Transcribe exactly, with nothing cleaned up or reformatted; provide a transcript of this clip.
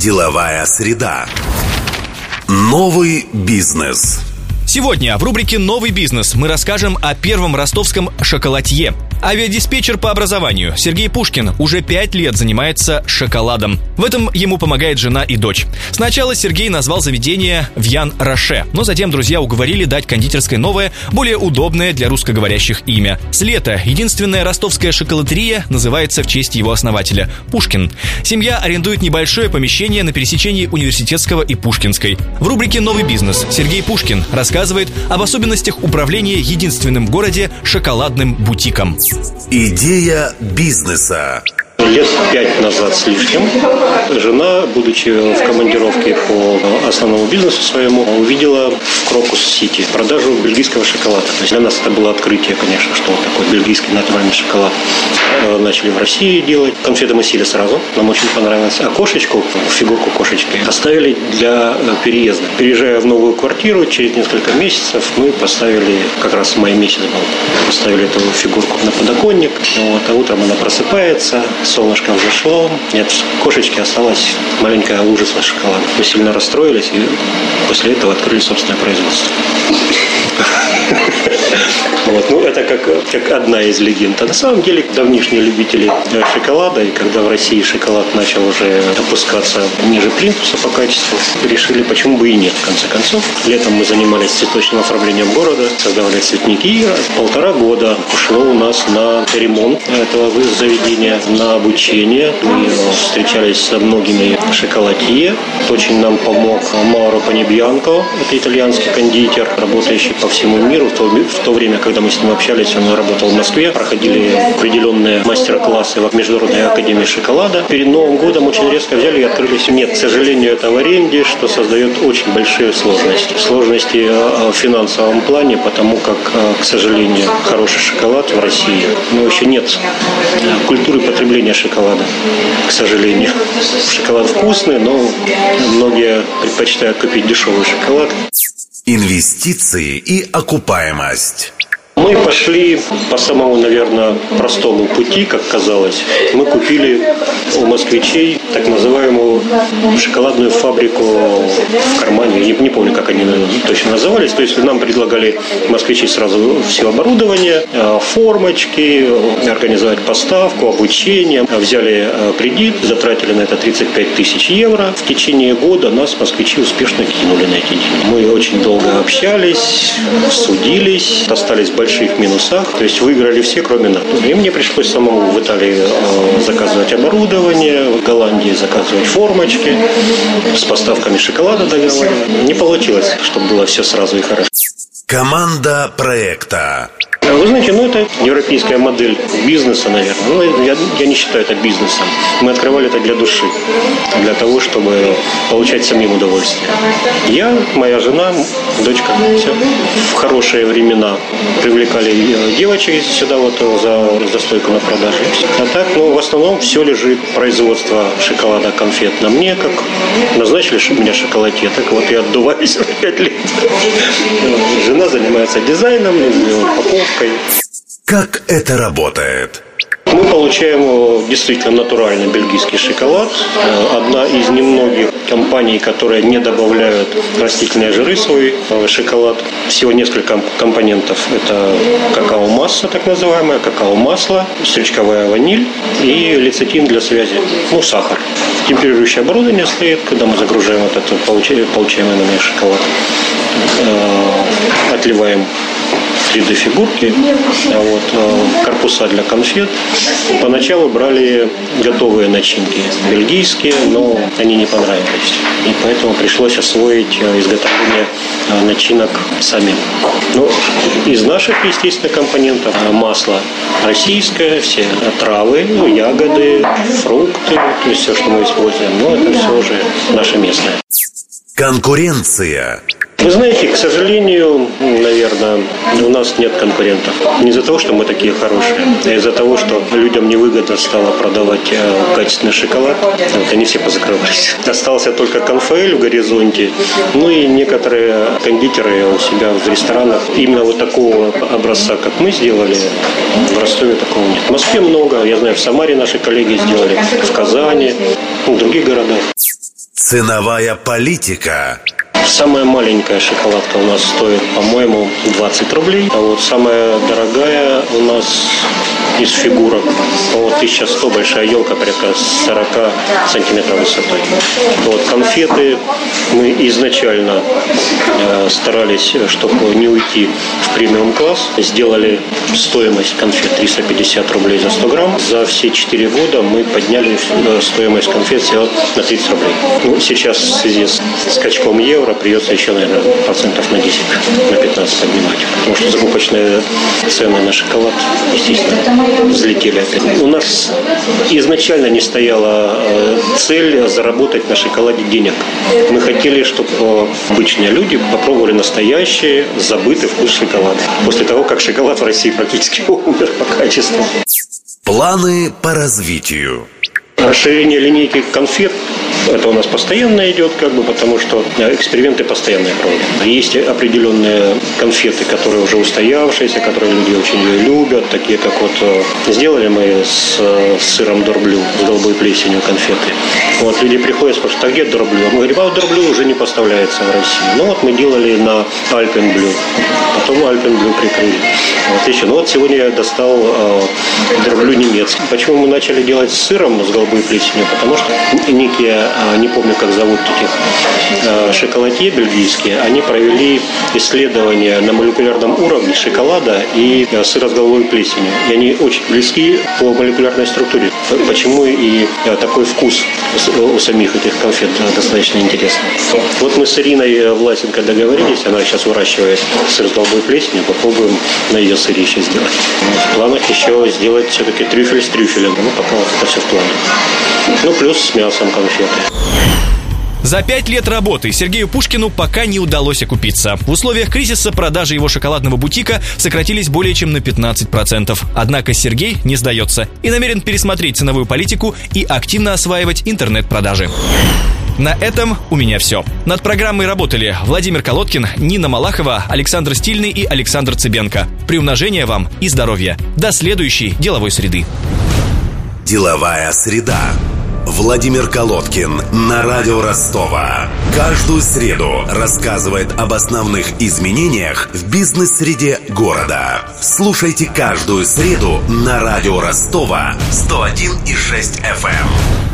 Деловая среда. Новый бизнес. Сегодня в рубрике «Новый бизнес» мы расскажем о первом ростовском шоколадье. Авиадиспетчер по образованию Сергей Пушкин уже пять лет занимается шоколадом. В этом ему помогает жена и дочь. Сначала Сергей назвал заведение «Вьян Роше», но затем друзья уговорили дать кондитерской новое, более удобное для русскоговорящих имя. С лета единственная ростовская шоколадерия называется в честь его основателя – Пушкин. Семья арендует небольшое помещение на пересечении Университетского и Пушкинской. В рубрике «Новый бизнес» Сергей Пушкин рассказывает об особенностях управления единственным в городе шоколадным бутиком. Идея бизнеса. Лет пять назад с лишним жена, будучи в командировке по основному бизнесу своему, увидела в Крокус-Сити продажу бельгийского шоколада. То есть для нас это было открытие, конечно, что вот такой бельгийский натуральный шоколад. Начали в России делать. Конфеты мы сели сразу, нам очень понравилось. А кошечку, фигурку кошечки, оставили для переезда. Переезжая в новую квартиру, через несколько месяцев мы поставили, как раз в мае месяц был, поставили эту фигурку на подоконник. Вот, а утром она просыпается, солнышко взошло, нет, кошечки осталась маленькая лужица шоколада. Мы сильно расстроились и после этого открыли собственное производство. Вот, ну, это как, как одна из легенд. А на самом деле давнишние любители шоколада, и когда в России шоколад начал уже опускаться ниже плинтуса по качеству, решили, почему бы и нет, в конце концов. Летом мы занимались цветочным оформлением города, создавали цветники. Полтора года ушло у нас на ремонт этого заведения, на обучение. Мы встречались со многими шоколадье. Очень нам помог Мауро Панибьянко, это итальянский кондитер, работающий по всему миру. В то, в то время, когда мы с ним общались, он работал в Москве, проходили определенные мастер-классы в Международной академии шоколада. Перед Новым годом очень резко взяли и открылись. Нет, к сожалению, это в аренде, что создает очень большие сложности. Сложности в финансовом плане, потому как, к сожалению, хороший шоколад в России, но еще нет культуры потребления шоколада, к сожалению. Шоколад вкусный, но многие предпочитают купить дешевый шоколад. Инвестиции и окупаемость. Мы пошли по самому, наверное, простому пути, как казалось. Мы купили у москвичей так называемую шоколадную фабрику в кармане. Я не, не помню, как они точно назывались. То есть нам предлагали москвичи сразу все оборудование, формочки, организовать поставку, обучение. Взяли кредит, затратили на это тридцать пять тысяч евро. В течение года нас москвичи успешно кинули на эти деньги. Мы очень долго общались, судились, остались в больших минусах, то есть выиграли все, кроме нас. И мне пришлось самому в Италии э, заказывать оборудование, в Голландии заказывать формочки, с поставками шоколада договариваться. Не получилось, чтобы было все сразу и хорошо. Команда проекта. Вы знаете, ну это европейская модель бизнеса, наверное. Ну, я, я не считаю это бизнесом. Мы открывали это для души, для того, чтобы получать самим удовольствие. Я, моя жена, дочка, все. В хорошие времена привлекали девочек сюда вот за, за стойку на продаже. А так, ну, в основном все лежит производство шоколада, конфет на мне, как назначили меня шоколадье, так вот я отдуваюсь уже пять лет. Жена занимается дизайном, упаковкой. Как это работает? Мы получаем действительно натуральный бельгийский шоколад. Одна из немногих компаний, которые не добавляют растительные жиры в свой шоколад. Всего несколько компонентов. Это какао-масса, так называемая, какао-масло, стручковая ваниль и лецитин для связи, ну, сахар. Темперирующее оборудование стоит, когда мы загружаем вот это получаемый нами шоколад. Отливаем три дэ фигурки, вот, корпуса для конфет. Поначалу брали готовые начинки, бельгийские, но они не понравились. И поэтому пришлось освоить изготовление начинок самим. Ну, из наших, естественно, компонентов масло российское, все травы, ну, ягоды, фрукты, то есть все, что мы используем, но это все уже наше местное. Конкуренция. Вы знаете, к сожалению, наверное, у нас нет конкурентов. Не из-за того, что мы такие хорошие, а из-за того, что людям невыгодно стало продавать качественный шоколад. Вот они все позакрывались. Остался только Конфаэль в горизонте. Ну и некоторые кондитеры у себя в ресторанах именно вот такого образца, как мы сделали, в Ростове такого нет. В Москве много. Я знаю, в Самаре наши коллеги сделали, в Казани, в других городах. Ценовая политика. Самая маленькая шоколадка у нас стоит, по-моему, двадцать рублей. А вот самая дорогая у нас из фигурок, вот тысяча сто, большая елка, порядка сорок сантиметров высотой. Вот конфеты мы изначально э, старались, чтобы не уйти в премиум-класс. Сделали стоимость конфет триста пятьдесят рублей за сто грамм. За все четыре года мы подняли стоимость конфет всего на тридцать рублей. Ну, сейчас в связи с скачком евро придется еще, наверное, процентов на десять, на пятнадцать поднимать. Потому что закупочные цены на шоколад, естественно, взлетели опять. У нас изначально не стояла цель заработать на шоколаде денег. Мы хотели, чтобы обычные люди попробовали настоящий, забытый вкус шоколада. После того, как шоколад в России практически умер по качеству. Планы по развитию. Расширение линейки конфет – это у нас постоянно идет, как бы, потому что эксперименты постоянно проводят. Есть определенные конфеты, которые уже устоявшиеся, которые люди очень любят, такие как вот сделали мы с, с сыром дорблю, с голубой плесенью конфеты. Вот люди приходят, спрашивают, а где дорблю? Мы говорим, а вот дорблю уже не поставляется в России. Ну вот мы делали на Альпенблю, потом Альпенблю прикрыли. Вот еще. Ну вот сегодня я достал э, дорблю немецкий. Почему мы начали делать с сыром, с голубой плесенью? Потому что некие, не помню, как зовут этих шоколадье бельгийские, они провели исследования на молекулярном уровне шоколада и сыра с голубой плесенью. И они очень близки по молекулярной структуре. Почему и такой вкус у самих этих конфет достаточно интересный. Вот мы с Ириной Власенко договорились, она сейчас выращивает сыр с голубой плесенью, попробуем на ее сыре еще сделать. В планах еще сделать все-таки трюфель с трюфелем. Ну, пока вот это все в плане. Ну, плюс с мясом конфеты. За пять лет работы Сергею Пушкину пока не удалось окупиться. В условиях кризиса продажи его шоколадного бутика сократились более чем на пятнадцать процентов. Однако Сергей не сдается и намерен пересмотреть ценовую политику и активно осваивать интернет-продажи. На этом у меня все. Над программой работали Владимир Колодкин, Нина Малахова, Александр Стильный и Александр Цыбенко. Приумножения вам и здоровья. До следующей деловой среды. Деловая среда. Владимир Колодкин на радио Ростова. Каждую среду рассказывает об основных изменениях в бизнес-среде города. Слушайте каждую среду на радио Ростова сто один и шесть эф эм.